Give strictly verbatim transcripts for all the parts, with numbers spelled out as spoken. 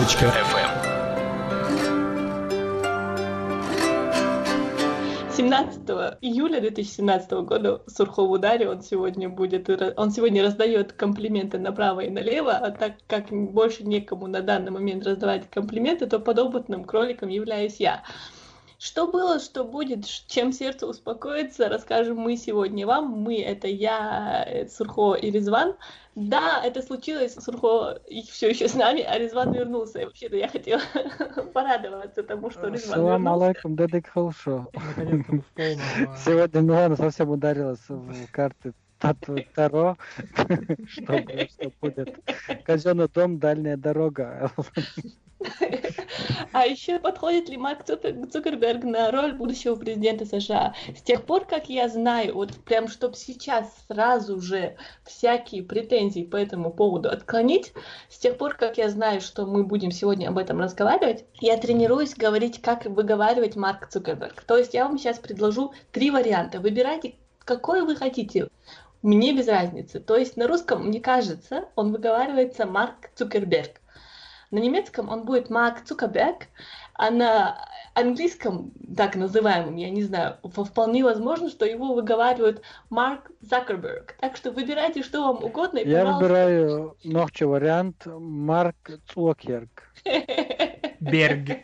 точка эф эм. семнадцатого июля две тысячи семнадцатого года Сурхо в ударе, он сегодня будет, он сегодня раздает комплименты направо и налево, а так как больше некому на данный момент раздавать комплименты, то подопытным кроликом являюсь я. Что было, что будет, чем сердце успокоится, расскажем мы сегодня вам. Мы — это я, Сурхо и Резван. Да, это случилось, Сурхо все еще с нами, а Резван вернулся. И вообще-то я хотела порадоваться тому, что Резван вернулся. Салам алейкум, дедек хорошо. Наконец-то мы в полном... Сегодня Милана совсем ударилась в карты Таро, что будет казенный дом, дальняя дорога. А еще подходит ли Марк Цукерберг на роль будущего президента США? С тех пор, как я знаю, вот прям, чтобы сейчас сразу же всякие претензии по этому поводу отклонить, с тех пор, как я знаю, что мы будем сегодня об этом разговаривать, я тренируюсь говорить, как выговаривать Марк Цукерберг. То есть я вам сейчас предложу три варианта. Выбирайте, какой вы хотите. Мне без разницы. То есть на русском, мне кажется, он выговаривается Марк Цукерберг. На немецком он будет Марк Цукерберг, а на английском, так называемом, я не знаю, вполне возможно, что его выговаривают Марк Закерберг. Так что выбирайте, что вам угодно. И, я пожалуйста... выбираю ногчий вариант Марк Цукерберг. Берг.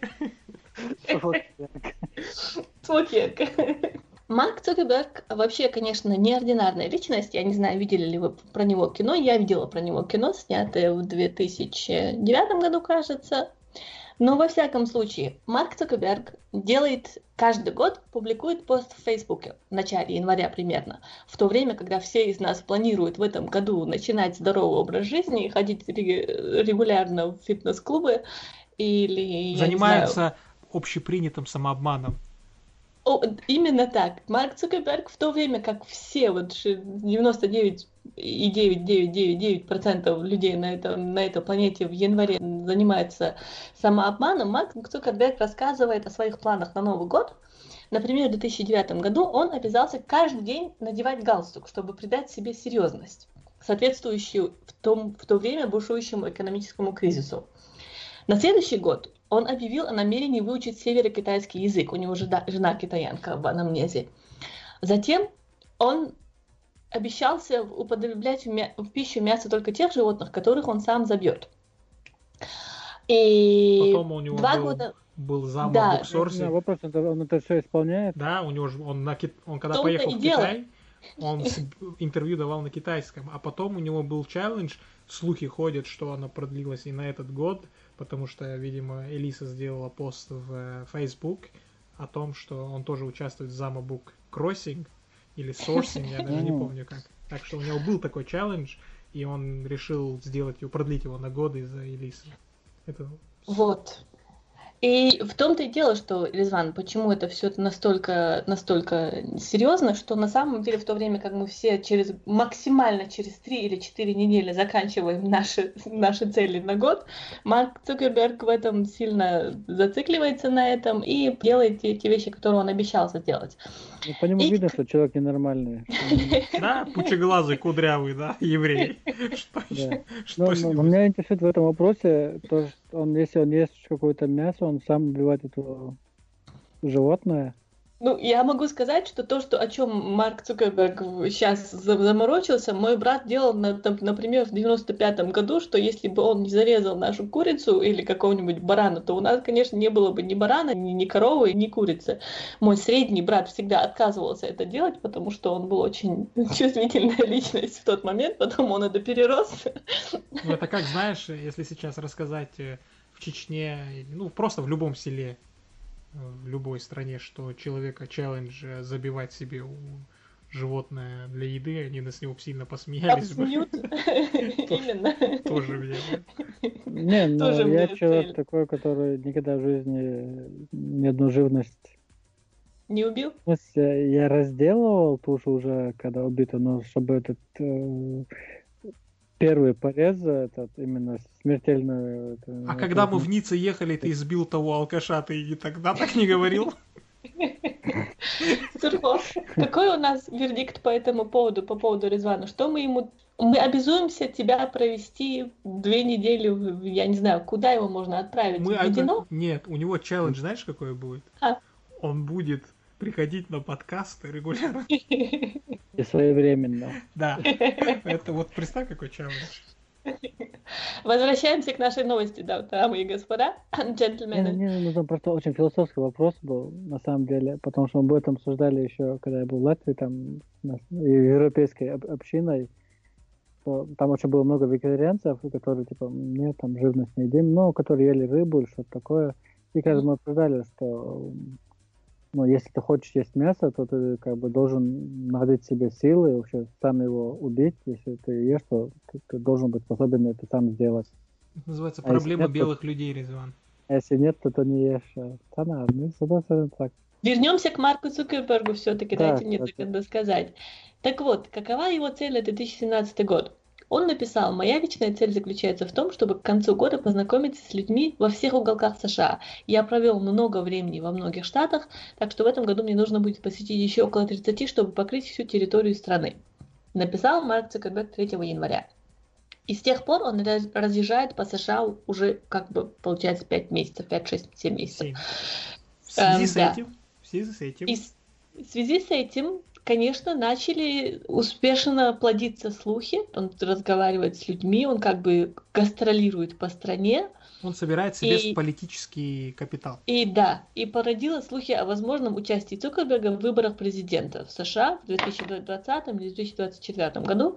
Цукерберг. Марк Цукерберг вообще, конечно, неординарная личность. Я не знаю, видели ли вы про него кино. Я видела про него кино, снятое в две тысячи девятом году, кажется. Но во всяком случае, Марк Цукерберг делает каждый год, публикует пост в Фейсбуке в начале января примерно. В то время, когда все из нас планируют в этом году начинать здоровый образ жизни, ходить регулярно в фитнес-клубы или... Занимаются общепринятым самообманом. О, именно так. Марк Цукерберг, в то время как все, вот девяносто девять и девять девять девять девять процентов людей на, этом, на этой планете в январе занимаются самообманом, Марк Цукерберг рассказывает о своих планах на Новый год. Например, в две тысячи девятом году он обязался каждый день надевать галстук, чтобы придать себе серьезность, соответствующую в, том, в то время бушующему экономическому кризису. На следующий год он объявил о намерении выучить северокитайский язык. У него жена китаянка в анамнезе. Затем он обещался употреблять в, мя- в пищу мясо только тех животных, которых он сам забьет. И потом у него два был, года... был зам да. буксорсе. Вопрос, он это все исполняет? Да, у него же он, на, он когда В поехал в Китай, дело. он интервью давал на китайском, а потом у него был челлендж. Слухи ходят, что оно продлилось и на этот год, потому что, видимо, Элиса сделала пост в Facebook о том, что он тоже участвует в Замабук Кроссинг или Sourcing, я даже не помню как. Так что у него был такой челлендж, и он решил сделать его, продлить его на годы из-за Элисы. Это... Вот. И в том-то и дело, что, Резван, почему это все настолько, настолько серьезно, что на самом деле в то время, как мы все через максимально через три или четыре недели заканчиваем наши, наши цели на год, Марк Цукерберг в этом сильно зацикливается на этом и делает те, те вещи, которые он обещался сделать. Ну, по нему и... видно, что человек ненормальный. Да, пучеглазый, кудрявый, да, еврей. Что с ним? Меня интересует в этом вопросе, то, что он, если он ест какое-то мясо, он сам убивает это животное. Ну, я могу сказать, что то, что, о чем Марк Цукерберг сейчас заморочился, мой брат делал, например, в девяносто пятом году, что если бы он не зарезал нашу курицу или какого-нибудь барана, то у нас, конечно, не было бы ни барана, ни, ни коровы, ни курицы. Мой средний брат всегда отказывался это делать, потому что он был очень чувствительная личность в тот момент, потом он это перерос. Ну, это как, знаешь, если сейчас рассказать в Чечне, ну, просто в любом селе, в любой стране, что человека челлендж забивать себе животное для еды, они с него сильно посмеялись бы. Именно. Тоже мне. Не, ну я человек такой, который никогда в жизни ни одну живность не убил? В смысле, я разделывал тушу уже, когда убито, но чтобы этот э, первый порез, этот именно смертельный... Это, а это, когда это... мы в Ницце ехали, ты избил того алкаша, ты и тогда так не говорил? Сурхов, какой у нас вердикт по этому поводу, по поводу Резвана? Что мы ему Мы обязуемся тебя провести две недели, в- я не знаю, куда его можно отправить? Мы В об- Ведено? Нет, у него челлендж, знаешь, какой будет? А. Он будет приходить на подкасты регулярно. И своевременно. Да. Это вот представь, какой челлендж. Возвращаемся к нашей новости, да, дамы и господа, Не, джентльмены. не, ну там просто очень философский вопрос был, на самом деле, потому что мы об этом обсуждали еще, когда я был в Латвии, там, на- и европейской об- общиной, что там очень было много вегетарианцев, которые, типа, нет, там, живность не едим, но которые ели рыбу или что-то такое. И как мы обсуждали, что, ну, если ты хочешь есть мясо, то ты, как бы, должен находить в себе силы, вообще, сам его убить. Если ты ешь, то ты, ты должен быть способен это сам сделать. Это называется А если проблема нет, то- белых людей, Резван. А если нет, то, то не ешь. а, Да, надо, ну, с одной стороны, так. Вернемся к Марку Цукербергу все-таки, Да, дайте мне кстати. это досказать. Так вот, какова его цель на две тысячи семнадцатый год? Он написал: «Моя вечная цель заключается в том, чтобы к концу года познакомиться с людьми во всех уголках США. Я провел много времени во многих штатах, так что в этом году мне нужно будет посетить еще около тридцати, чтобы покрыть всю территорию страны». Написал Марк Цукерберг третьего января. И с тех пор он раз- разъезжает по США уже, как бы, получается, пять месяцев, пять, шесть, семь месяцев. Семь. В связи Эм, с да. этим, в связи с этим, И с- в связи с этим, конечно, начали успешно плодиться слухи. Он разговаривает с людьми, он как бы гастролирует по стране. он собирает себе И- политический капитал. И да, и породило слухи о возможном участии Цукерберга в выборах президента в США в две тысячи двадцатом или две тысячи двадцать четвёртом году.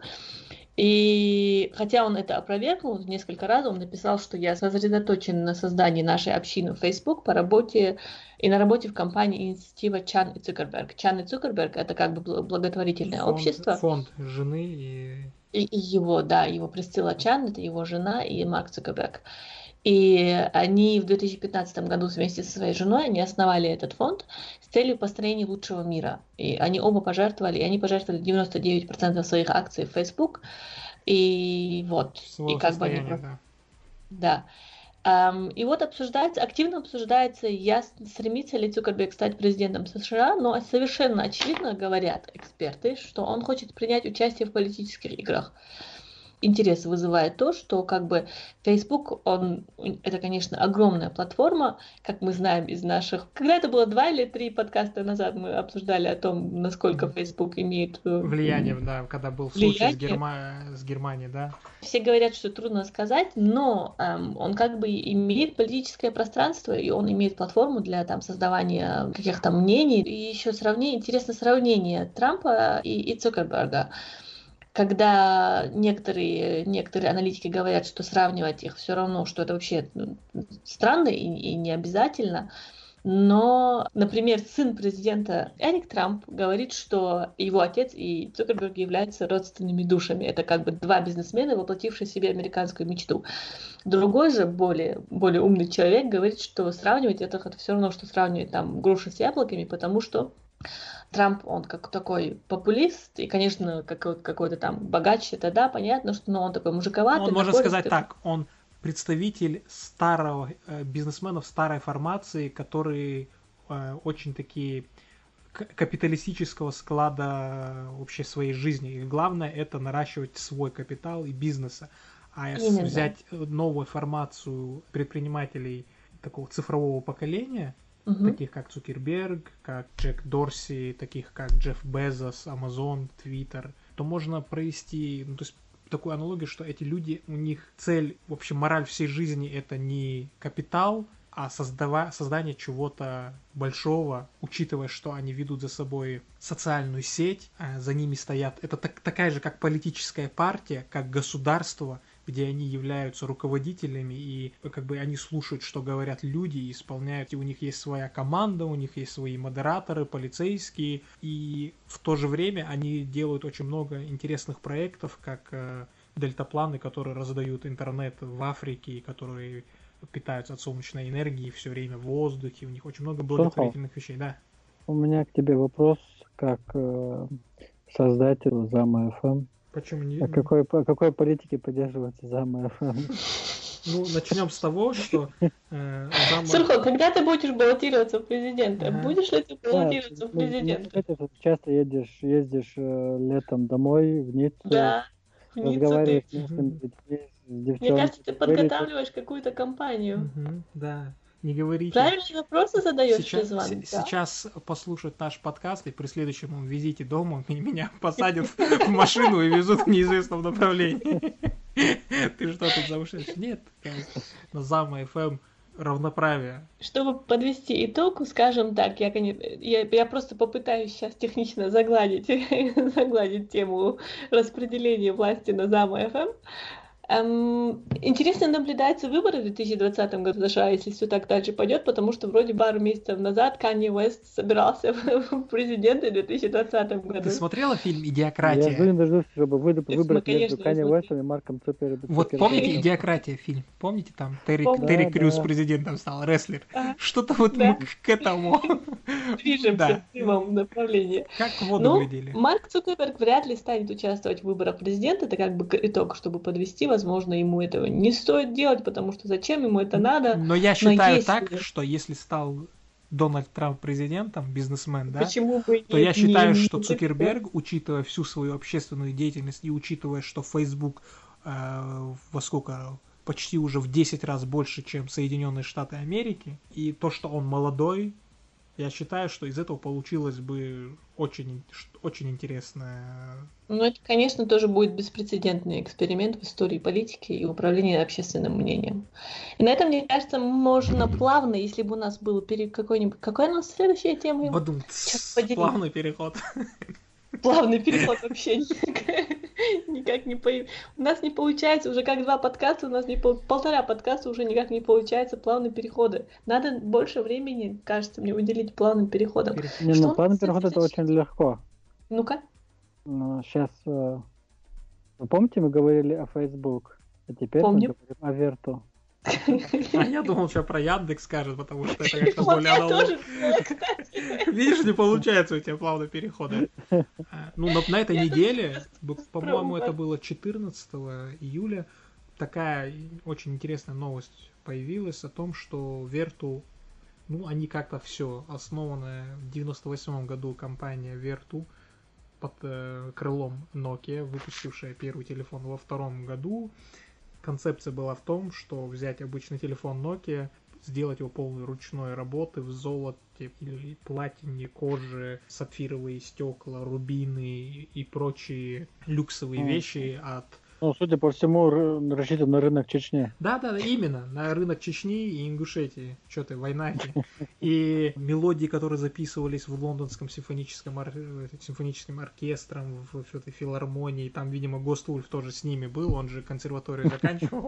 И хотя он это опровергнул несколько раз, он написал, что я сосредоточен на создании нашей общины в Facebook по работе и на работе в компании инициатива Чан и Цукерберг. Чан и Цукерберг — это как бы бл- благотворительное Фонд, общество. фонд жены и... И, и его, да, его Присцилла Чан, это его жена, и Марк Цукерберг. И они в две тысячи пятнадцатом году вместе со своей женой они основали этот фонд с целью построения лучшего мира. И они оба пожертвовали, и они пожертвовали девяносто девять процентов своих акций в Facebook. И вот, своего и как бы они состояния, про- да. да. Ам, и вот обсуждается, активно обсуждается, ясно, стремится ли Цукерберг стать президентом США, но совершенно очевидно говорят эксперты, что он хочет принять участие в политических играх. Интерес вызывает то, что как бы Facebook, он, это, конечно, огромная платформа, как мы знаем из наших... Когда это было два или три подкаста назад, мы обсуждали о том, насколько Facebook имеет... э, Влияние, да, когда был случай с, Влияние. Герма... с Германией, да. Все говорят, что трудно сказать, но эм, он как бы имеет политическое пространство, и он имеет платформу для там создавания каких-то мнений. И еще сравнение, интересно сравнение Трампа и, и Цукерберга. Когда некоторые, некоторые аналитики говорят, что сравнивать их все равно, что это вообще ну, странно и, и не обязательно. Но, например, сын президента Эрик Трамп говорит, что его отец и Цукерберг являются родственными душами. Это как бы два бизнесмена, воплотившие в себе американскую мечту. Другой же, более, более умный человек, говорит, что сравнивать это, это все равно, что сравнивать там груши с яблоками, потому что Трамп, он как такой популист, и, конечно, как, какой-то там богач, это да, понятно, что но он такой мужиковатый. Он, можно находится- сказать так, он представитель старого э, бизнесменов старой формации, которые э, очень такие к- капиталистического склада вообще своей жизни. И главное это наращивать свой капитал и бизнеса. А если Именно. взять новую формацию предпринимателей такого цифрового поколения, Мгм. таких как Цукерберг, как Джек Дорси, таких как Джефф Безос, Amazon, Twitter, то можно провести, ну, то есть такую аналогию, что эти люди, у них цель, в общем, мораль всей жизни это не капитал, а создава, создание чего-то большого, учитывая, что они ведут за собой социальную сеть, а за ними стоят, это так, такая же, как политическая партия, как государство, где они являются руководителями, и как бы они слушают, что говорят люди, и исполняют, и у них есть своя команда, у них есть свои модераторы, полицейские, и в то же время они делают очень много интересных проектов, как э, дельтапланы, которые раздают интернет в Африке, и которые питаются от солнечной энергии все время в воздухе, у них очень много благотворительных вещей, да. У меня к тебе вопрос, как э, создателю Зама эф эм. Почему не... А какой, по какой политике поддерживаете Зама эф эм? Ну, начнем с того, что э, Зама... Сурхо, когда ты будешь баллотироваться в президенты? Ага. Будешь ли ты баллотироваться в ну, ну, президенты? кстати, часто едешь, ездишь э, летом домой в Ниццу, Да. разговариваешь с Цукерберг. местными людьми, с Мне девчонками. кажется, ты подготавливаешь какую-то кампанию. Мгм, да, не говорите. Правильные вопросы задаешь, Сейчас, Резван? с- Да. сейчас послушают наш подкаст, и при следующем визите дома м- меня посадят в машину и везут в неизвестном направлении. Ты что тут замышляешь? Нет, на Зама эф эм равноправие. Чтобы подвести итог, скажем так, я, коне- я, я просто попытаюсь сейчас технично загладить, загладить тему распределения власти на Зама эф эм. Эм, интересно наблюдаются выборы в две тысячи двадцатом году в США, если все так дальше пойдет, потому что вроде пару месяцев назад Канье Уэст собирался в президенты в две тысячи двадцатом Ты году. смотрела фильм Я жду «Идиократия»? не дождусь, чтобы вы- мы, выбрать между конечно, Канье смотрели. Уэстом и Марком Цукер- Вот Цукербергом. помните «Идиократия» фильм? Помните там Терри, Помню. Терри Да, Крюс да. президентом стал, рестлер? Ага, Что-то вот да. мы к к этому. Движемся Да. в прямом направлении. Как в воду Ну, глядели. Марк Цукерберг вряд ли станет участвовать в выборах президента, это как бы к- итог, чтобы подвести, возможно, ему этого не стоит делать, потому что зачем ему это надо, Но я считаю если- так, что если стал Дональд Трамп президентом, бизнесмен, да, почему бы то не- я считаю, не- что не- Цукерберг, учитывая всю свою общественную деятельность и учитывая, что Facebook э, во сколько, почти уже в десять раз больше, чем Соединенные Штаты Америки, и то, что он молодой, я считаю, что из этого получилось бы очень, очень интересное. Ну, это, конечно, тоже будет беспрецедентный эксперимент в истории политики и управления общественным мнением. И на этом, мне кажется, можно плавно, если бы у нас был пере... какой-нибудь... Какая у нас следующая тема? Бадум, Сейчас поделим. плавный переход. Плавный переход вообще никак, никак не по... У нас не получается, уже как два подкаста, у нас не пол... полтора подкаста уже никак не получается плавные переходы. Надо больше времени, кажется мне, уделить плавным переходам. Пере- Не, Что ну у плавный нас переход это следующее? очень легко. Ну-ка. Сейчас, вы помните, мы говорили о Facebook, а теперь Помню. мы говорим о Верту. А я думал, что про Яндекс скажет, потому что это как-то Вот более я аналог. тоже думала, кстати. Видишь, не получается у тебя плавно переходы. А, Ну, на, на этой Я неделе, б- по-моему, про это Uber. было четырнадцатого июля, такая очень интересная новость появилась о том, что Верту, ну, они как-то все, основанная в девяносто восьмом году компания Верту под э, крылом Nokia, выпустившая первый телефон во втором году. Концепция была в том, что взять обычный телефон Nokia, сделать его полной ручной работы в золоте или платине, коже, сапфировые стекла, рубины и прочие люксовые Мгм. вещи от... Ну, судя по всему, р- рассчитан на рынок Чечни. Да-да, именно, на рынок Чечни и Ингушетии. Что ты, война. И мелодии, которые записывались в лондонском симфоническом, ор... симфоническим оркестром, в, в этой филармонии, там, видимо, Гоствульф тоже с ними был, он же консерваторию заканчивал.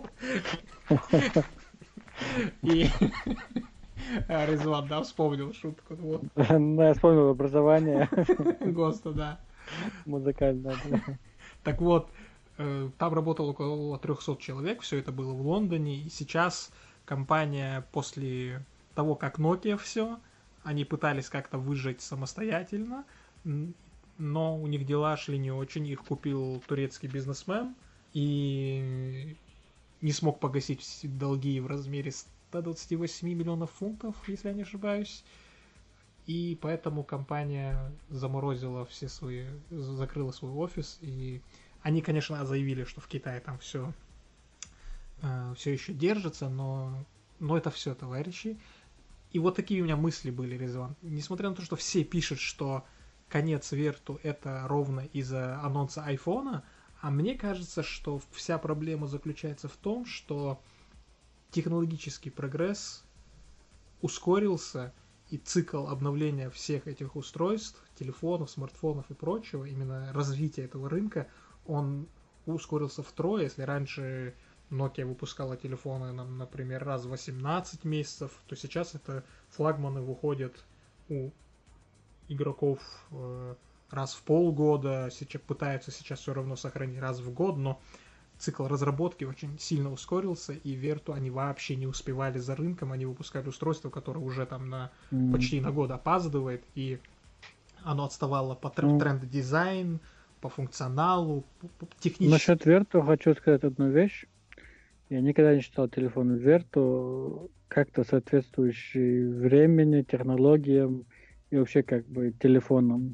И Резван, да, вспомнил шутку. Вот, Ну, я вспомнил образование ГОСТа, да. музыкальное. да. Так вот, э, там работало около трехсот человек, все это было в Лондоне, и сейчас компания после того, как Nokia все, они пытались как-то выжить самостоятельно, м, но у них дела шли не очень, их купил турецкий бизнесмен и не смог погасить все долги в размере ста двадцати восьми миллионов фунтов, если я не ошибаюсь. И поэтому компания заморозила все свои, закрыла свой офис. И они, конечно, заявили, что в Китае там все, э, все еще держится, но, но это все, товарищи. И вот такие у меня мысли были, Резван. Несмотря на то, что все пишут, что конец Верту это ровно из-за анонса айфона, а мне кажется, что вся проблема заключается в том, что технологический прогресс ускорился, и цикл обновления всех этих устройств, телефонов, смартфонов и прочего, именно развитие этого рынка, он ускорился втрое. Если раньше Nokia выпускала телефоны, например, раз в восемнадцать месяцев, то сейчас это флагманы выходят у игроков э, раз в полгода, сейчас пытаются сейчас все равно сохранить раз в год, но цикл разработки очень сильно ускорился, и Верту они вообще не успевали за рынком, они выпускали устройство, которое уже там на М. почти на год опаздывает, и оно отставало по Ну. тренд-дизайн, по функционалу, по- по- технически. Насчет Верту хочу сказать одну вещь. Я никогда не считал телефон Верту как-то соответствующий времени, технологиям и вообще как бы телефоном.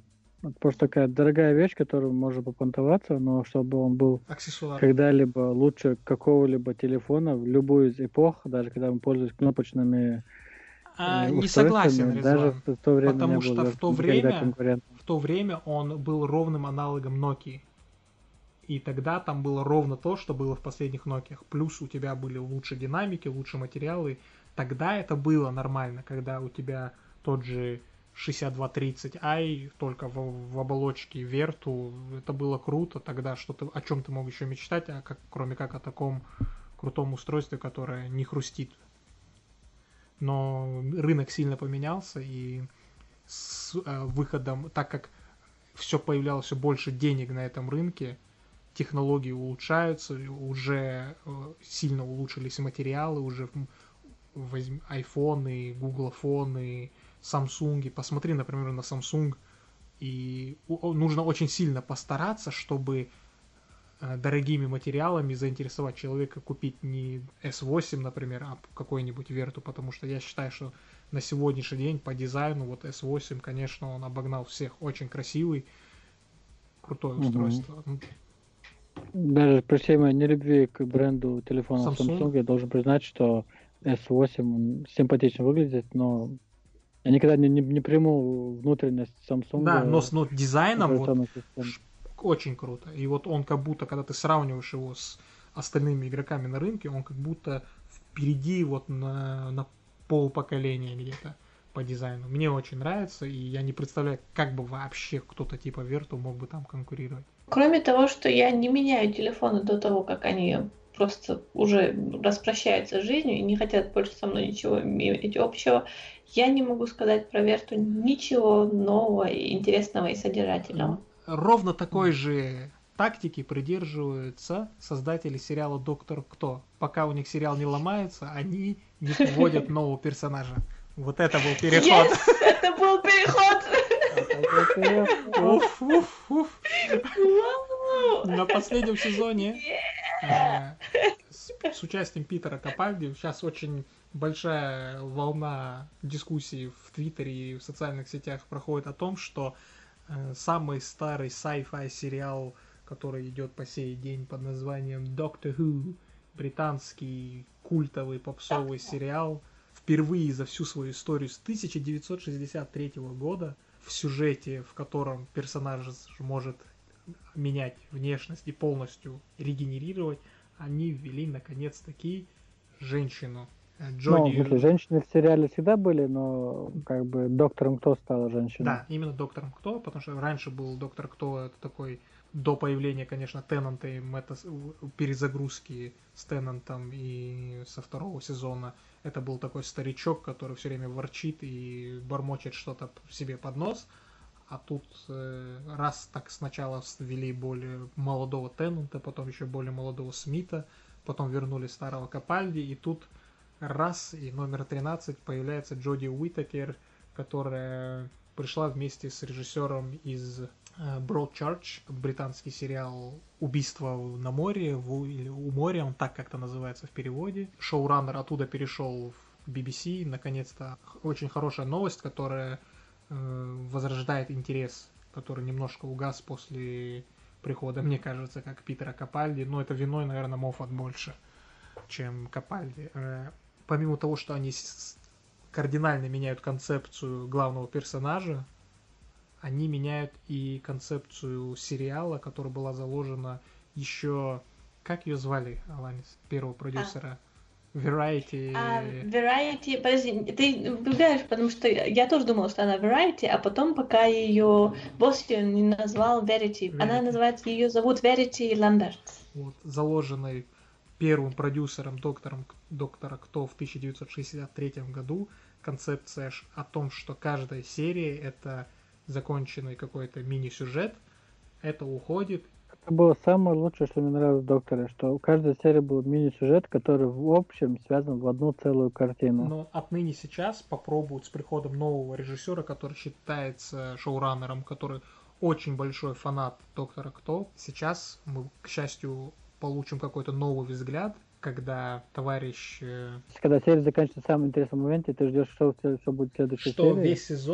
Это просто такая дорогая вещь, которую можно попонтоваться, но чтобы он был Аксессуар. когда-либо лучше какого-либо телефона в любую из эпох, даже когда мы пользуемся кнопочными А, э, не согласен, устройствами, даже Резван. в то время Потому не что был в то никогда время, конкурентом. в то время он был ровным аналогом Nokia. И тогда там было ровно то, что было в последних Nokia. Плюс у тебя были лучше динамики, лучше материалы. Тогда это было нормально, когда у тебя тот же шестьдесят два тридцать ай, только в, в оболочке Верту. Это было круто. Тогда что-то, о чем ты мог еще мечтать, а как, кроме как о таком крутом устройстве, которое не хрустит. Но рынок сильно поменялся, и с э, выходом, так как все появлялось все больше денег на этом рынке, технологии улучшаются, уже э, сильно улучшились материалы, уже возьми айфоны, гуглофоны, самсунги. Посмотри, например, на Samsung, и у, нужно очень сильно постараться, чтобы э, дорогими материалами заинтересовать человека купить не эс восемь, например, а какой-нибудь Верту, потому что я считаю, что на сегодняшний день по дизайну вот эс восемь, конечно, он обогнал всех. Очень красивый, крутое устройство. Угу. Даже при всей моей нелюбви к бренду телефонов Samsung, Samsung, я должен признать, что эс восемь симпатично выглядит, но я никогда не, не, не приму внутренность Samsung. Да, но с но дизайном вот системы. Очень круто. И вот он как будто, когда ты сравниваешь его с остальными игроками на рынке, он как будто впереди вот на, на полпоколения где-то по дизайну. Мне очень нравится, и я не представляю, как бы вообще кто-то типа Верту мог бы там конкурировать. Кроме того, что я не меняю телефоны до того, как они просто уже распрощаются с жизнью и не хотят больше со мной ничего иметь общего, я не могу сказать про Верту ничего нового, и интересного и содержательного. Ровно такой же тактики придерживаются создатели сериала «Доктор Кто». Пока у них сериал не ломается, они не вводят нового персонажа. Вот это был переход. Yes, это был переход! Уф, уф, уф. На последнем сезоне э, с, с участием Питера Капальди сейчас очень большая волна дискуссий в Твиттере и в социальных сетях проходит о том, что э, самый старый sci-fi сериал, который идет по сей день под названием Doctor Who, британский культовый попсовый сериал, впервые за всю свою историю с тысяча девятьсот шестьдесят третьего года, в сюжете, в котором персонаж может менять внешность и полностью регенерировать, они ввели наконец-таки женщину. Джоди... Ну, женщины в сериале всегда были, но как бы доктором Кто стала женщина. Да, именно доктором Кто, потому что раньше был доктор Кто, это такой до появления, конечно, Теннанта и мета... перезагрузки с Теннантом и со второго сезона. Это был такой старичок, который все время ворчит и бормочет что-то себе под нос. А тут э, раз так сначала ввели более молодого Теннанта, потом еще более молодого Смита, потом вернули старого Капальди, и тут раз и номер тринадцать появляется Джоди Уитакер, которая пришла вместе с режиссером из э, Broadchurch, британский сериал «Убийство на море», в, или «У моря», он так как-то называется в переводе. Шоураннер оттуда перешел в би би си, наконец-то. Очень хорошая новость, которая возрождает интерес, который немножко угас после прихода, мне кажется, как Питера Капальди. Но это виной, наверное, Моффат больше, чем Капальди. Помимо того, что они кардинально меняют концепцию главного персонажа, они меняют и концепцию сериала, которая была заложена еще... Как ее звали, Аланис, первого продюсера? Variety... А, Variety, подожди, ты выбираешь, потому что я тоже думала, что она Variety, а потом, пока ее босс ее не назвал Verity, Verity. Она называется, ее зовут Verity Lambert. Вот, заложенный первым продюсером доктором, доктора Кто в тысяча девятьсот шестьдесят третьем году, концепция о том, что каждая серия это законченный какой-то мини-сюжет, это уходит. Это было самое лучшее, что мне нравилось в «Докторе», что у каждой серии был мини-сюжет, который в общем связан в одну целую картину. Но отныне сейчас попробуют с приходом нового режиссера, который считается шоураннером, который очень большой фанат «Доктора Кто». Сейчас мы, к счастью, получим какой-то новый взгляд, когда товарищ... Когда серия заканчивается в самом интересном моменте, ты ждешь, что, что будет в следующей что серии. Весь сезон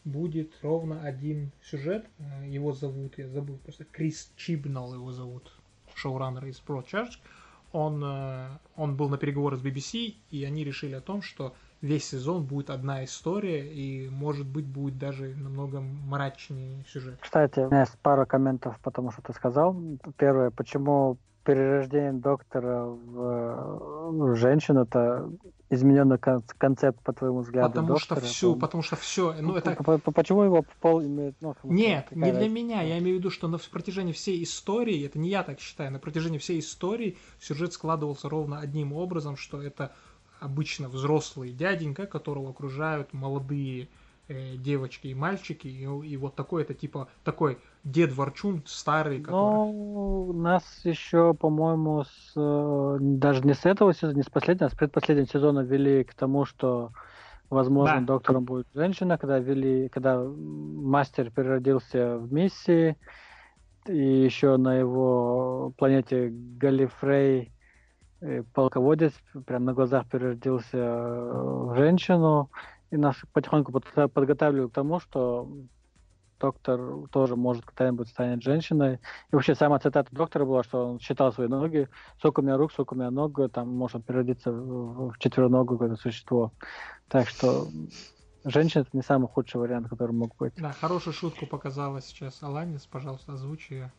будет ровно один сюжет. Его зовут, я забыл, просто Крис Чибнал его зовут, шоураннер из Broadchurch. Он, он был на переговорах с би би си, и они решили о том, что весь сезон будет одна история, и, может быть, будет даже намного мрачнее сюжет. Кстати, у меня есть пара комментов по тому, что ты сказал. Первое, почему перерождение доктора в, в женщину — это измененный концепт, по твоему взгляду, потому доктора? Что всю, потому что все... Ну, это... Почему его пол имеет... Ну, Нет, не для меня. Я имею в виду, что на протяжении всей истории, это не я так считаю, на протяжении всей истории сюжет складывался ровно одним образом, что это обычно взрослый дяденька, которого окружают молодые э, девочки и мальчики, и, и вот такой это типа такой дед Ворчун старый, который... Ну, нас еще, по-моему, с, даже не с этого сезона, не с последнего, а с предпоследнего сезона вели к тому, что, возможно, да. доктором будет женщина, когда вели, когда мастер переродился в миссии, и еще на его планете Галифрей полководец прям на глазах переродился в женщину, и нас потихоньку подготавливали к тому, что доктор тоже, может, когда-нибудь станет женщиной. И вообще сама цитата доктора была, что он считал свои ноги, сколько у меня рук, сколько у меня ног, там может переродиться в, в четвероногое какое-то существо. Так что женщина — это не самый худший вариант, который мог быть. Да, хорошую шутку показала сейчас Аланис, пожалуйста, озвучи ее.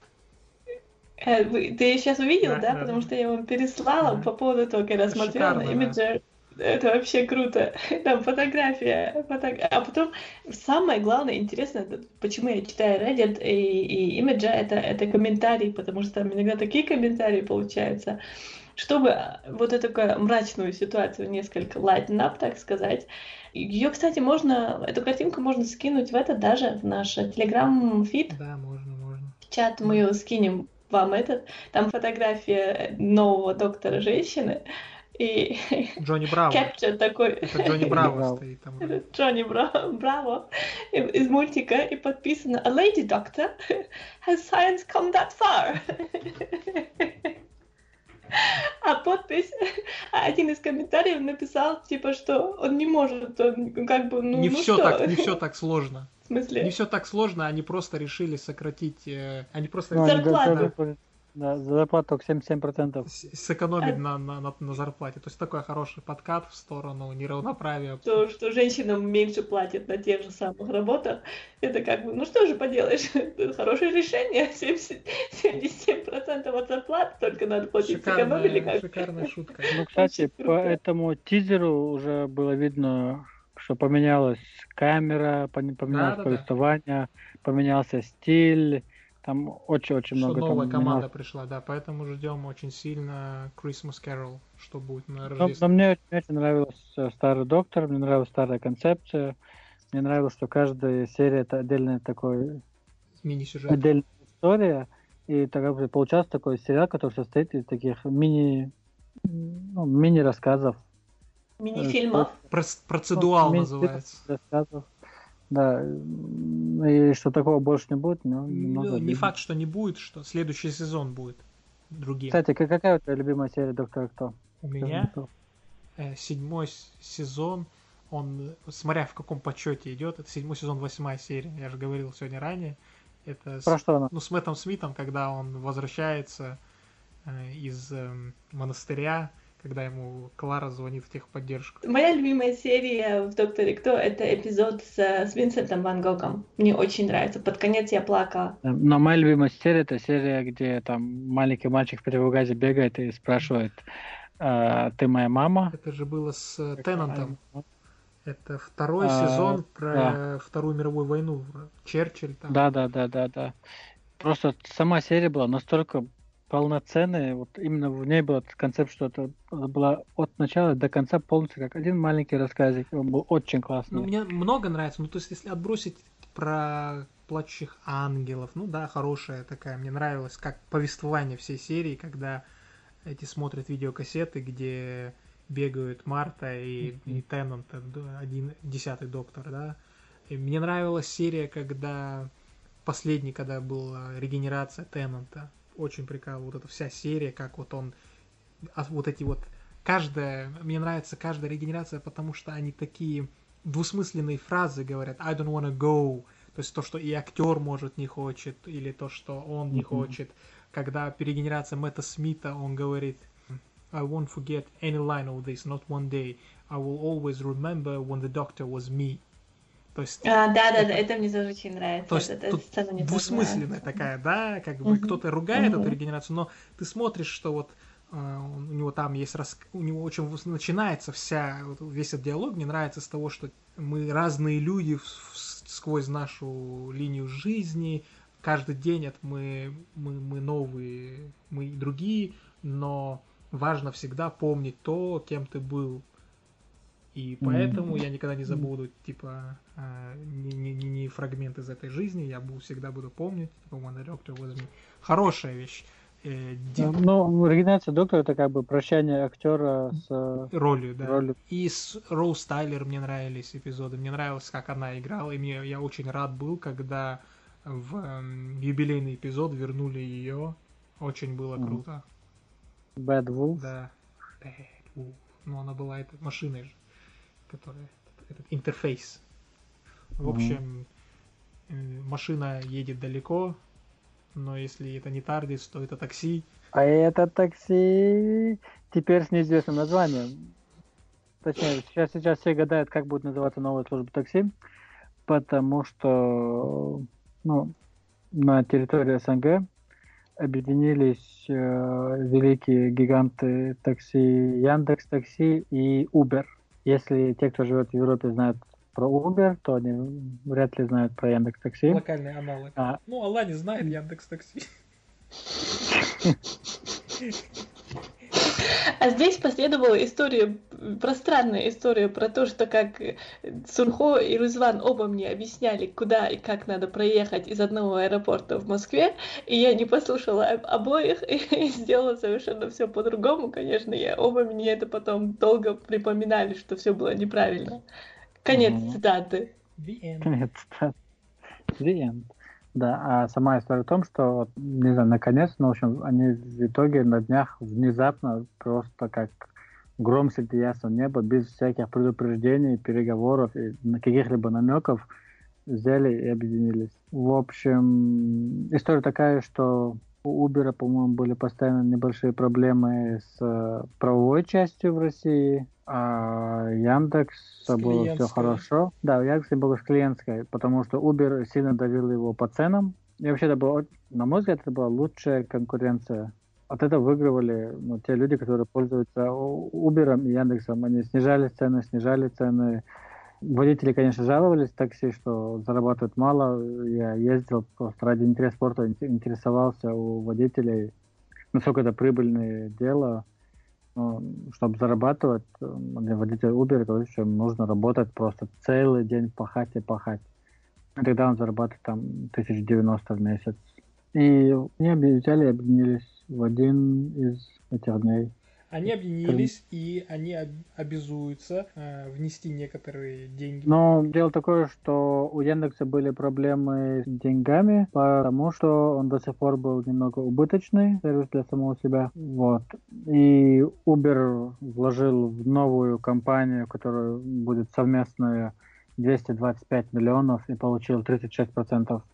Ты сейчас увидел, да? да? да? Потому что я вам переслала да. по поводу того, когда это смотрела шикарно, на Imgur. Да. Это вообще круто. Там фотография. Фото... А потом самое главное, интересно, почему я читаю Reddit и, и Imgur, это, это комментарии, потому что там иногда такие комментарии получаются. Чтобы вот эту такую мрачную ситуацию несколько lighten up, так сказать. Ее, кстати, можно, эту картинку можно скинуть в это даже в наш Telegram-фид. Да, можно, можно. В чат мы ее скинем вам этот. Там фотография нового доктора женщины. И Джонни Браво. Capture такой. Это Джонни Браво стоит там. Джонни Браво, Браво из мультика. И подписано A lady doctor. Has science come that far? А подпись, один из комментариев написал, типа, что он не может, он как бы, ну, не ну все что? так, не все так сложно. В смысле? Не все так сложно, они просто решили сократить, э, они просто... Ну, зарплату. Они да, за зарплату только семьдесят семь процентов. Сэкономить а... на, на, на, на зарплате. То есть такой хороший подкат в сторону неравноправия. То, что женщинам меньше платят на тех же самых работах, это как бы, ну что же поделаешь, хорошее решение, семьдесят семь процентов от зарплаты только надо платить, сэкономили как. Шикарная шутка. Ну, кстати, по этому тизеру уже было видно, что поменялась камера, поменялось да, повествование, да, да. поменялся стиль. Там очень-очень много. Что новая там команда менялось. пришла, да, поэтому ждем очень сильно Christmas Carol, что будет на Но, Рождество. но мне очень нравился старый доктор, мне нравилась старая концепция, мне нравилось, что каждая серия это отдельная такой мини-сюжет, отдельная история, и так как получался такой сериал, который состоит из таких мини, ну, мини-рассказов, мини-фильмов, процедуал называется. Рассказов. Да, и что такого больше не будет, но немного. Не факт, что не будет, что следующий сезон будет другим. Кстати, какая у тебя любимая серия Доктора Кто? У меня э, седьмой сезон, он, смотря в каком почете идет, это седьмой сезон, восьмая серия, я же говорил сегодня ранее. Это Про с, что она? Ну, с Мэттом Смитом, когда он возвращается э, из э, монастыря, когда ему Клара звонит в техподдержку. Моя любимая серия в «Докторе Кто» — это эпизод с, с Винсентом Ван Гогом. Мне очень нравится. Под конец я плакала. Но моя любимая серия — это серия, где там маленький мальчик в противогазе бегает и спрашивает: а, ты моя мама? Это же было с Теннантом. Это второй а, сезон про да. Вторую мировую войну. Черчилль там. Да, да, да, да, да. Просто сама серия была настолько полноценная, вот именно в ней был этот концепт, что это было от начала до конца полностью как один маленький рассказик. Он был очень классный. Ну, мне много нравится, ну то есть если отбросить про плачущих ангелов, ну да, хорошая такая, мне нравилось как повествование всей серии, когда эти смотрят видеокассеты, где бегают Марта и, mm-hmm. и Теннант, один десятый доктор, да. И мне нравилась серия, когда последний, когда была регенерация Теннанта. Очень прикольно, вот эта вся серия, как вот он, вот эти вот, каждая, мне нравится каждая регенерация, потому что они такие двусмысленные фразы говорят I don't wanna go, то есть то, что и актер, может, не хочет, или то, что он не Мгм. хочет. Когда перегенерация Мэтта Смита, он говорит I won't forget any line of this, not one day. I will always remember when the doctor was me. То есть, А, да, да, да, это, это мне тоже очень нравится. то есть Эта, эта тут сцена мне тоже двусмысленная нравится. такая, да, как бы Мгм. кто-то ругает эту Мгм. регенерацию, но ты смотришь, что вот э, он- у него там есть, рас... у него очень выс- начинается вся, вот весь этот диалог, мне нравится с того, что мы разные люди в- в- сквозь нашу линию жизни, каждый день это мы, мы, мы новые, мы другие, но важно всегда помнить то, кем ты был. И поэтому я никогда не забуду, типа, э, ни, ни, ни, ни фрагмент из этой жизни, я буду, всегда буду помнить, типа, when the doctor was me. Хорошая вещь. Э, ди- Э, Ну, регенерация доктора это как бы прощание актера с э, ролью, да. ролью. И с Роуз Тайлер мне нравились эпизоды, мне нравилось, как она играла, и мне, я очень рад был, когда в эм, юбилейный эпизод вернули ее. Очень было Мгм. круто. Bad Wolf. Да. Bad Wolf. Но она была этой машиной же, которая этот, этот интерфейс. В Мгм. общем, э, машина едет далеко, но если это не Тардис, то это такси. А это такси теперь с неизвестным названием. Точнее, сейчас, сейчас все гадают, как будет называться новая служба такси, потому что ну, на территории СНГ объединились э, великие гиганты такси Яндекс Такси и Uber. Если те, кто живет в Европе, знают про Uber, то они вряд ли знают про Яндекс Такси. Локальный аналог. А, Ну, Алла знает Яндекс Такси. А здесь последовала история, пространная история про то, что как Сунхо и Рузван оба мне объясняли, куда и как надо проехать из одного аэропорта в Москве, и я не послушала об- обоих и сделала совершенно все по-другому, конечно, я оба мне это потом долго припоминали, что все было неправильно. Конец Мгм. цитаты. The end. Конец. The end. Да, а сама история в том, что, вот, не знаю, наконец, ну, в общем, они в итоге на днях внезапно просто как гром среди ясного неба, без всяких предупреждений, переговоров и на каких-либо намеков взяли и объединились. В общем, история такая, что у Uber, по-моему, были постоянно небольшие проблемы с э, правовой частью в России, а Яндекс С было все клиентской. хорошо. Да, у Яндекса было с клиентской, потому что Uber сильно давил его по ценам. И вообще, это было, на мой взгляд, это была лучшая конкуренция. От этого выигрывали ну, те люди, которые пользуются Uber и Яндексом. Они снижали цены, снижали цены. Водители, конечно, жаловались в такси, что зарабатывают мало. Я ездил просто ради интереса спорта, интересовался у водителей, насколько это прибыльное дело. Ну, чтобы зарабатывать, для водителя Uber, говорит, что нужно работать просто целый день, пахать и пахать. И тогда он зарабатывает там тысяч девяносто в месяц. И они взяли и объединились в один из этих дней. Они объединились, и они об- обязуются э, внести некоторые деньги. Но дело такое, что у Яндекса были проблемы с деньгами, потому что он до сих пор был немного убыточный, сервис для самого себя. Вот. И Uber вложил в новую компанию, которая будет совместная, двести двадцать пять миллионов и получил тридцать шесть процентов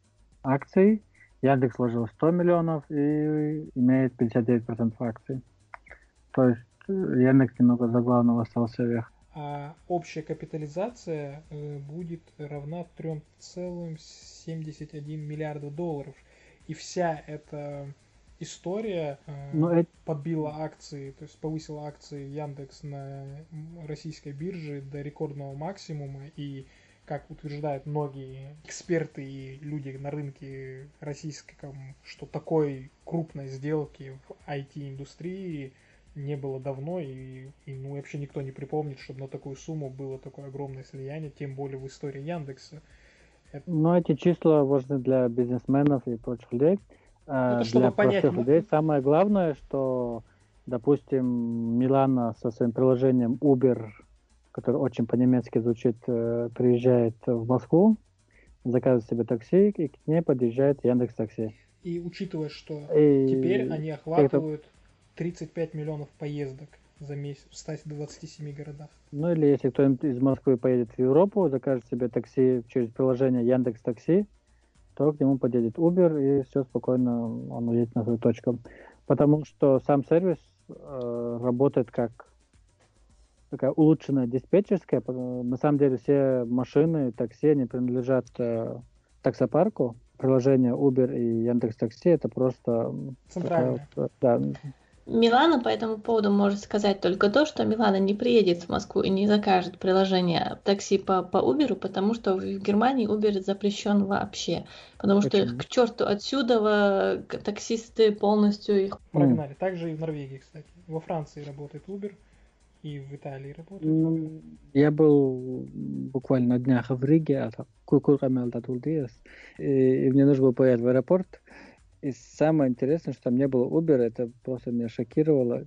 акций. Яндекс вложил сто миллионов и имеет пятьдесят девять процентов акций. То есть э, Яндекс немного за главного остался вверх. А общая капитализация э, будет равна три целых семьдесят один миллиарда долларов. И вся эта история э, Ну, это подбила акции, то есть повысила акции Яндекс на м, российской бирже до рекордного максимума. И, как утверждают многие эксперты и люди на рынке российском, что такой крупной сделки в ай ти-индустрии не было давно, и, и ну, вообще никто не припомнит, чтобы на такую сумму было такое огромное слияние, тем более в истории Яндекса. Это, Ну, эти числа важны для бизнесменов и прочих людей. А это чтобы для понять, простых мо- людей самое главное, что, допустим, Милана со своим приложением Uber, который очень по-немецки звучит, э, приезжает в Москву, заказывает себе такси, и к ней подъезжает Яндекс Такси. и учитывая, что И теперь они те, кто... охватывают тридцать пять миллионов поездок за месяц в ста двадцати семи городах. Ну или если кто-нибудь из Москвы поедет в Европу, закажет себе такси через приложение Яндекс.Такси, то к нему подъедет Uber, и все спокойно он уедет на свою точку. Потому что сам сервис э, работает как такая улучшенная диспетчерская. На самом деле все машины, такси, они принадлежат э, таксопарку. Приложение Uber и Яндекс.Такси это просто центральное. Такая, да. Милана по этому поводу может сказать только то, что Милана не приедет в Москву и не закажет приложение такси по, по Uber, потому что в Германии Uber запрещен вообще. Потому что Почему? к черту отсюда таксисты полностью их прогнали. Mm. Также и в Норвегии, кстати. Во Франции работает Uber, и в Италии работает Uber. Я был буквально на днях в Риге, и мне нужно было поехать в аэропорт. И самое интересное, что там не было Uber, это просто меня шокировало,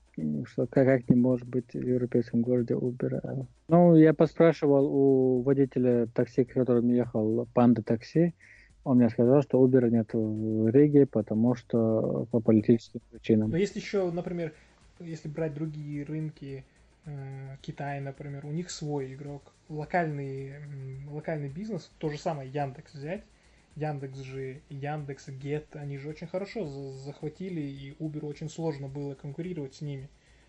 что как, как не может быть в европейском городе Uber. Ну, я поспрашивал у водителя такси, которым ехал, Панда такси, он мне сказал, что Uber нет в Риге, потому что по политическим причинам. Но есть еще, например, если брать другие рынки, э, Китай, например, у них свой игрок, локальный, локальный бизнес, то же самое Яндекс взять, Яндекс же, Яндекс, Гет, они же очень хорошо захватили, и Uber очень сложно было конкурировать с ними.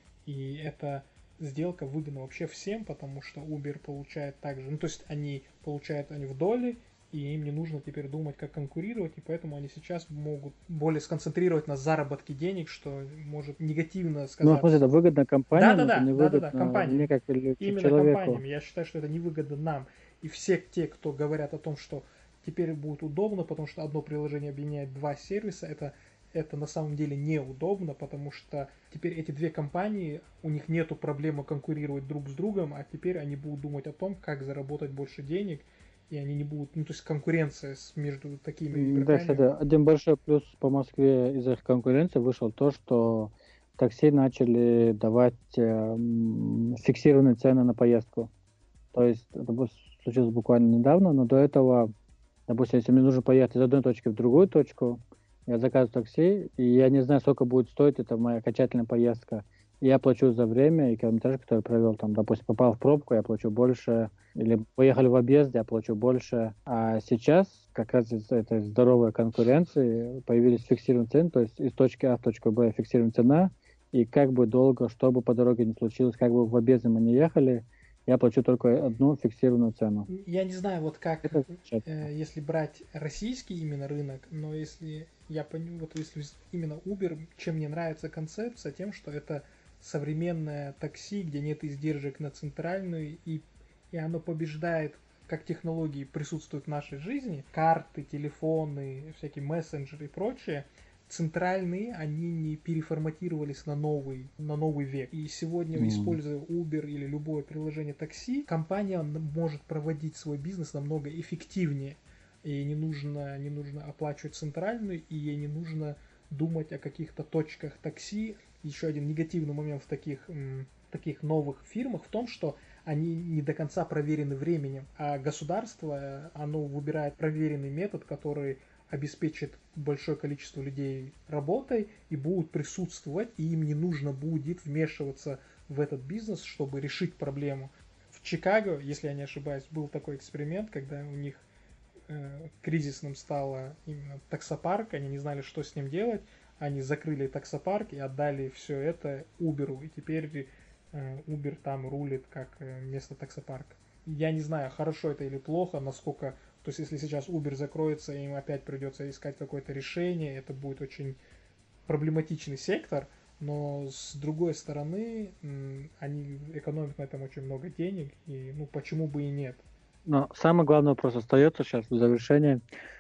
И эта сделка выгодна вообще всем, потому что Uber получает также, ну то есть они получают они в доли, и им не нужно теперь думать, как конкурировать, и поэтому они сейчас могут более сконцентрировать на заработке денег, что может негативно сказаться. Ну, это выгодно компаниям, да, да, это не да, выгодно да, да, компаниям. мне как Именно человеку. компаниям. Я считаю, что это невыгодно нам. И все те, кто говорят о том, что теперь будет удобно, потому что одно приложение объединяет два сервиса, это, это на самом деле неудобно, потому что теперь эти две компании, у них нету проблемы конкурировать друг с другом, а теперь они будут думать о том, как заработать больше денег, и они не будут, ну то есть конкуренция между такими игроками. Да, кстати, один большой плюс по Москве из их конкуренции вышел то, что такси начали давать э, фиксированные цены на поездку. То есть это случилось буквально недавно, но до этого, допустим, если мне нужно поехать из одной точки в другую точку, я заказываю такси, и я не знаю, сколько будет стоить эта моя окончательная поездка. И я плачу за время и километраж, который провел. Там, допустим, попал в пробку, я плачу больше. Или поехали в объезд, я плачу больше. А сейчас, как раз из-за этой здоровой конкуренции, появились фиксированные цены. То есть из точки А в точку Б фиксированная цена. И как бы долго, что бы по дороге не случилось, как бы в объезд мы не ехали, я плачу только одну фиксированную цену. Я не знаю, вот как, э, если брать российский именно рынок, но если я понимаю, вот если именно Uber, чем мне нравится концепция, тем, что это современное такси, где нет издержек на центральную, и, и оно побеждает, как технологии присутствуют в нашей жизни, карты, телефоны, всякие мессенджеры и прочее, центральные, они не переформатировались на новый, на новый век. И сегодня, mm. используя Uber или любое приложение такси, компания может проводить свой бизнес намного эффективнее. Ей не нужно, не нужно оплачивать центральную, и ей не нужно думать о каких-то точках такси. Еще один негативный момент в таких, м, таких новых фирмах в том, что они не до конца проверены временем. А государство, оно выбирает проверенный метод, который обеспечит большое количество людей работой и будут присутствовать, и им не нужно будет вмешиваться в этот бизнес, чтобы решить проблему. В Чикаго, если я не ошибаюсь, был такой эксперимент, когда у них э, кризисным стало именно таксопарк, они не знали, что с ним делать, они закрыли таксопарк и отдали все это Uber, и теперь э, Uber там рулит как э, место таксопарка. Я не знаю, хорошо это или плохо, насколько... То есть, если сейчас Uber закроется, им опять придется искать какое-то решение, это будет очень проблематичный сектор, но с другой стороны, они экономят на этом очень много денег, и ну почему бы и нет. Но самый главный вопрос остается сейчас в завершении.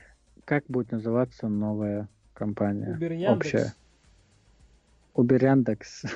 Как будет называться новая компания? Uber Яндекс. Общая. Uber Яндекс.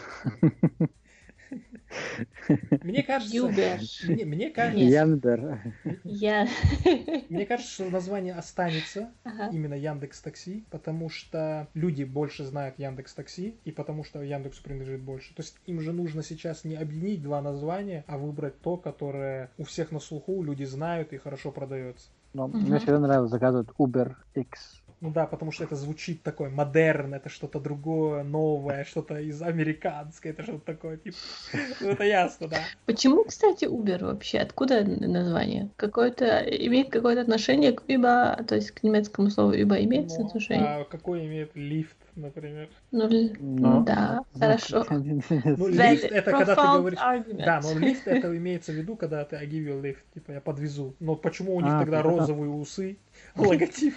Мне кажется, мне, мне кажется, Яндер. Я... Мне кажется, что название останется ага. именно Яндекс Такси, потому что люди больше знают Яндекс Такси, и потому что Яндексу принадлежит больше. То есть им же нужно сейчас не объединить два названия, а выбрать то, которое у всех на слуху, люди знают и хорошо продается. Но угу. Мне всегда нравилось заказывать Uber X. Ну да, потому что это звучит такое модерн, это что-то другое, новое, что-то из американское, это что-то такое, типа, ну это ясно, да. Почему, кстати, Uber вообще? Откуда название? Какое-то имеет какое-то отношение к Uber, то есть к немецкому слову Uber имеет Ну, отношение? а какой имеет лифт, например? Ну, л- ну Но- да, ну, хорошо. Ну, Valid, лифт это когда ты profound говоришь... argument. Да, но лифт это имеется в виду, когда ты I give you a lift, типа я подвезу. Но почему у них А, тогда да. розовые усы, логотип?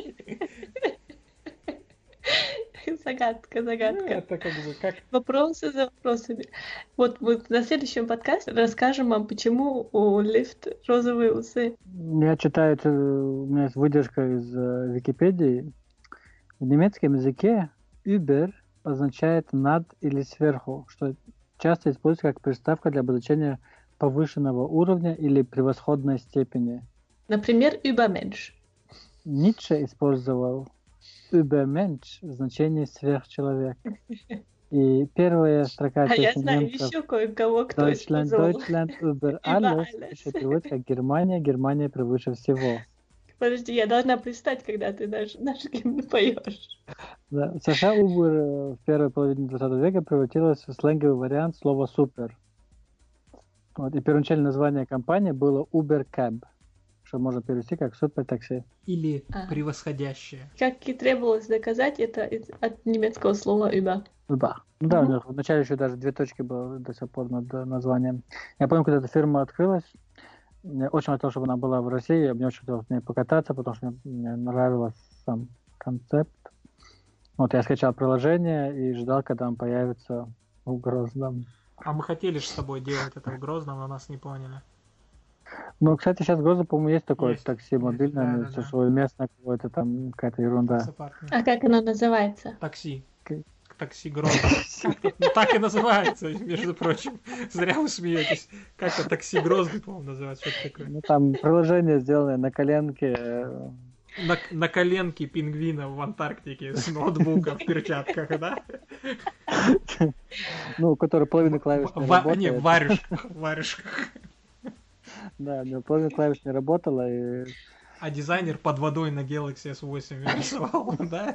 Загадка, Ну, загадка. это как бы как... Вопросы за вопросами. Вот, вот на следующем подкасте расскажем вам, почему у лифт розовые усы. Я читаю, это, у меня есть выдержка из э, Википедии. В немецком языке über означает над или сверху, что часто используется как приставка для обозначения повышенного уровня или превосходной степени. Например, Übermensch. Ницше использовал Übermensch в значении сверхчеловек. И первая строка А я песни знаю немцев еще кое-кого, кто Deutschland, использовал. Deutschland über Über alles alles. еще переводится как Германия, Германия превыше всего. Подожди, я должна пристать, когда ты наш, наш гимн поешь. Да. В США Uber э, в первой половине двадцатого века превратилась в сленговый вариант слова «супер». Вот, и первоначальное название компании было Uber Cab, что можно перевести как «супер такси». Или А. превосходящее. Как и требовалось доказать, это из- от немецкого слова über. Да. Ну да, у Мгм. них вначале еще даже две точки было до сих пор над э, названием. Я помню, когда эта фирма открылась, мне очень хотелось, чтобы она была в России, я мне очень хотелось в ней покататься, потому что мне, мне нравился сам концепт. Вот я скачал приложение и ждал, когда он появится в Грозном. А мы хотели же с тобой делать это в Грозном, но нас не поняли. Ну, кстати, сейчас в Грозном, по-моему, есть такое Есть, такси есть, мобильное, да, да, все, да. что местное какое-то там, какая-то ерунда. Таксопарк, А как оно называется? Такси. Окей. Такси Грозно. Как-то- ну, так и называется, между прочим. Зря вы смеетесь. Как-то такси Грозный, по-моему, называется. Что-то такое. Ну, там приложение сделанное на коленке. э, На, на коленке пингвина в Антарктике с ноутбуком в перчатках, да? Ну, у которой половина клавиш не Ва- не, работает. в варежках, в варежках. Да, у него половина клавиш не работала, и А дизайнер под водой на Galaxy эс восемь рисовал, да?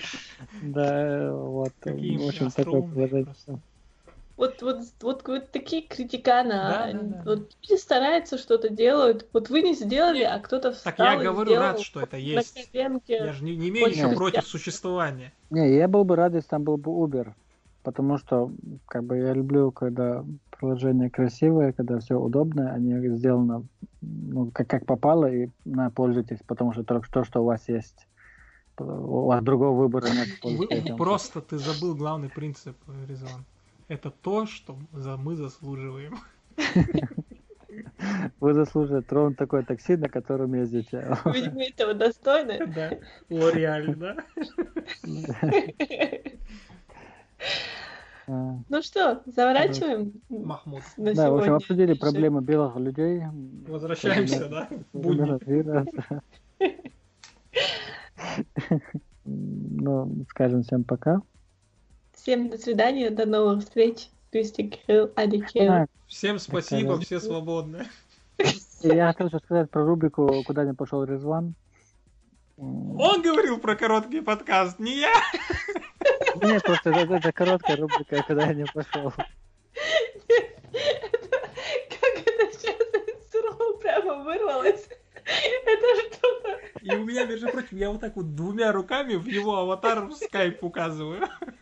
да, вот, Какие в общем, такое остроумные приложение. просто. Вот, вот, вот, вот такие критиканы, Да, а, да, да. вот люди стараются, что-то делают, вот вы не сделали, а кто-то встал Так я и говорю, сделал рад, что это на есть. коленке. Я же не, не имею Очень ничего Нет. против существования. Не, я был бы рад, если там был бы Uber, потому что, как бы, я люблю, когда приложение красивое, когда все удобно, они сделано, ну, как, как попало, и на, пользуйтесь, потому что только то, что у вас есть. У вас другого выбора нет. Вы- пользуйтесь этим. просто ты забыл главный принцип, Резон. Это то, что за мы заслуживаем. Вы заслуживаете ровно такое такси, на котором ездите. Ведь мы этого достойны. Да, Лореаль, да? А, Ну что, заворачиваем Махмуд. на Да, в общем, сегодня? обсудили проблемы белых людей. Возвращаемся, да? в Будни. Коронавирус. Ну, скажем всем пока. Всем до свидания, до новых встреч. Тюстик, Кирилл, Адикер. А, Всем спасибо, Конечно. все свободны. и я хотел еще сказать про рубрику «Куда не пошел Резван». М, Он говорил про короткий подкаст, не я. Нет, просто это, это короткая рубрика «Куда я не пошел». Как это сейчас из слова прямо вырвалось? Это что-то... И у меня, между прочим, я вот так вот двумя руками в его аватар в скайп указываю.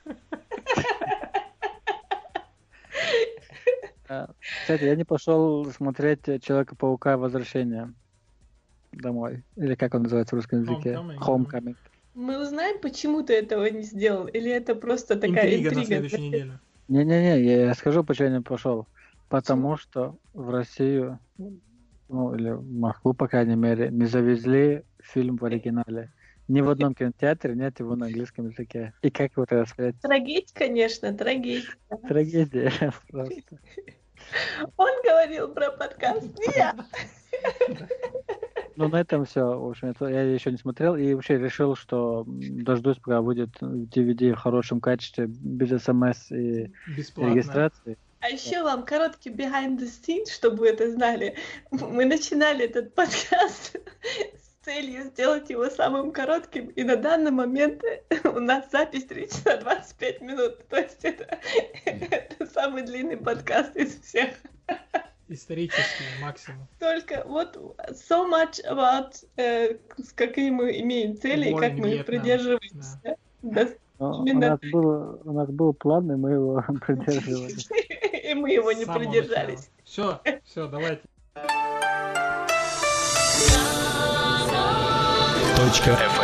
А, Кстати, я не пошел смотреть Человека-паука «Возвращение» домой. Или как он называется в русском языке? Homecoming. Homecoming. Мы узнаем, почему ты этого не сделал? Или это просто такая Интрига интрига? на следующей неделе. Не-не-не, я скажу, почему я не пошел. Потому что в Россию, ну или в Москву, по крайней мере, не завезли фильм в оригинале. Ни в одном кинотеатре нет его на английском языке. И как его тогда сказать? Трагедия, конечно, трагедия. Трагедия просто. Он говорил про подкаст, не я. Ну, на этом все. В общем, это я еще не смотрел. И вообще решил, что м, дождусь, пока будет ди ви ди в хорошем качестве, без смс и Бесплатно. регистрации. А еще вам короткий behind the scenes, чтобы вы это знали. Мы начинали этот подкаст с целью сделать его самым коротким, и на данный момент у нас запись три часа двадцать пять минут, то есть это, это самый длинный подкаст из всех. Исторический максимум. Только вот so much about, э, с какими мы имеем цели и как мы их придерживаемся. Да. Да. У нас, был, у нас был план, и мы его придерживались. И мы его не придержались. Все, все, давайте. Точка эф эм.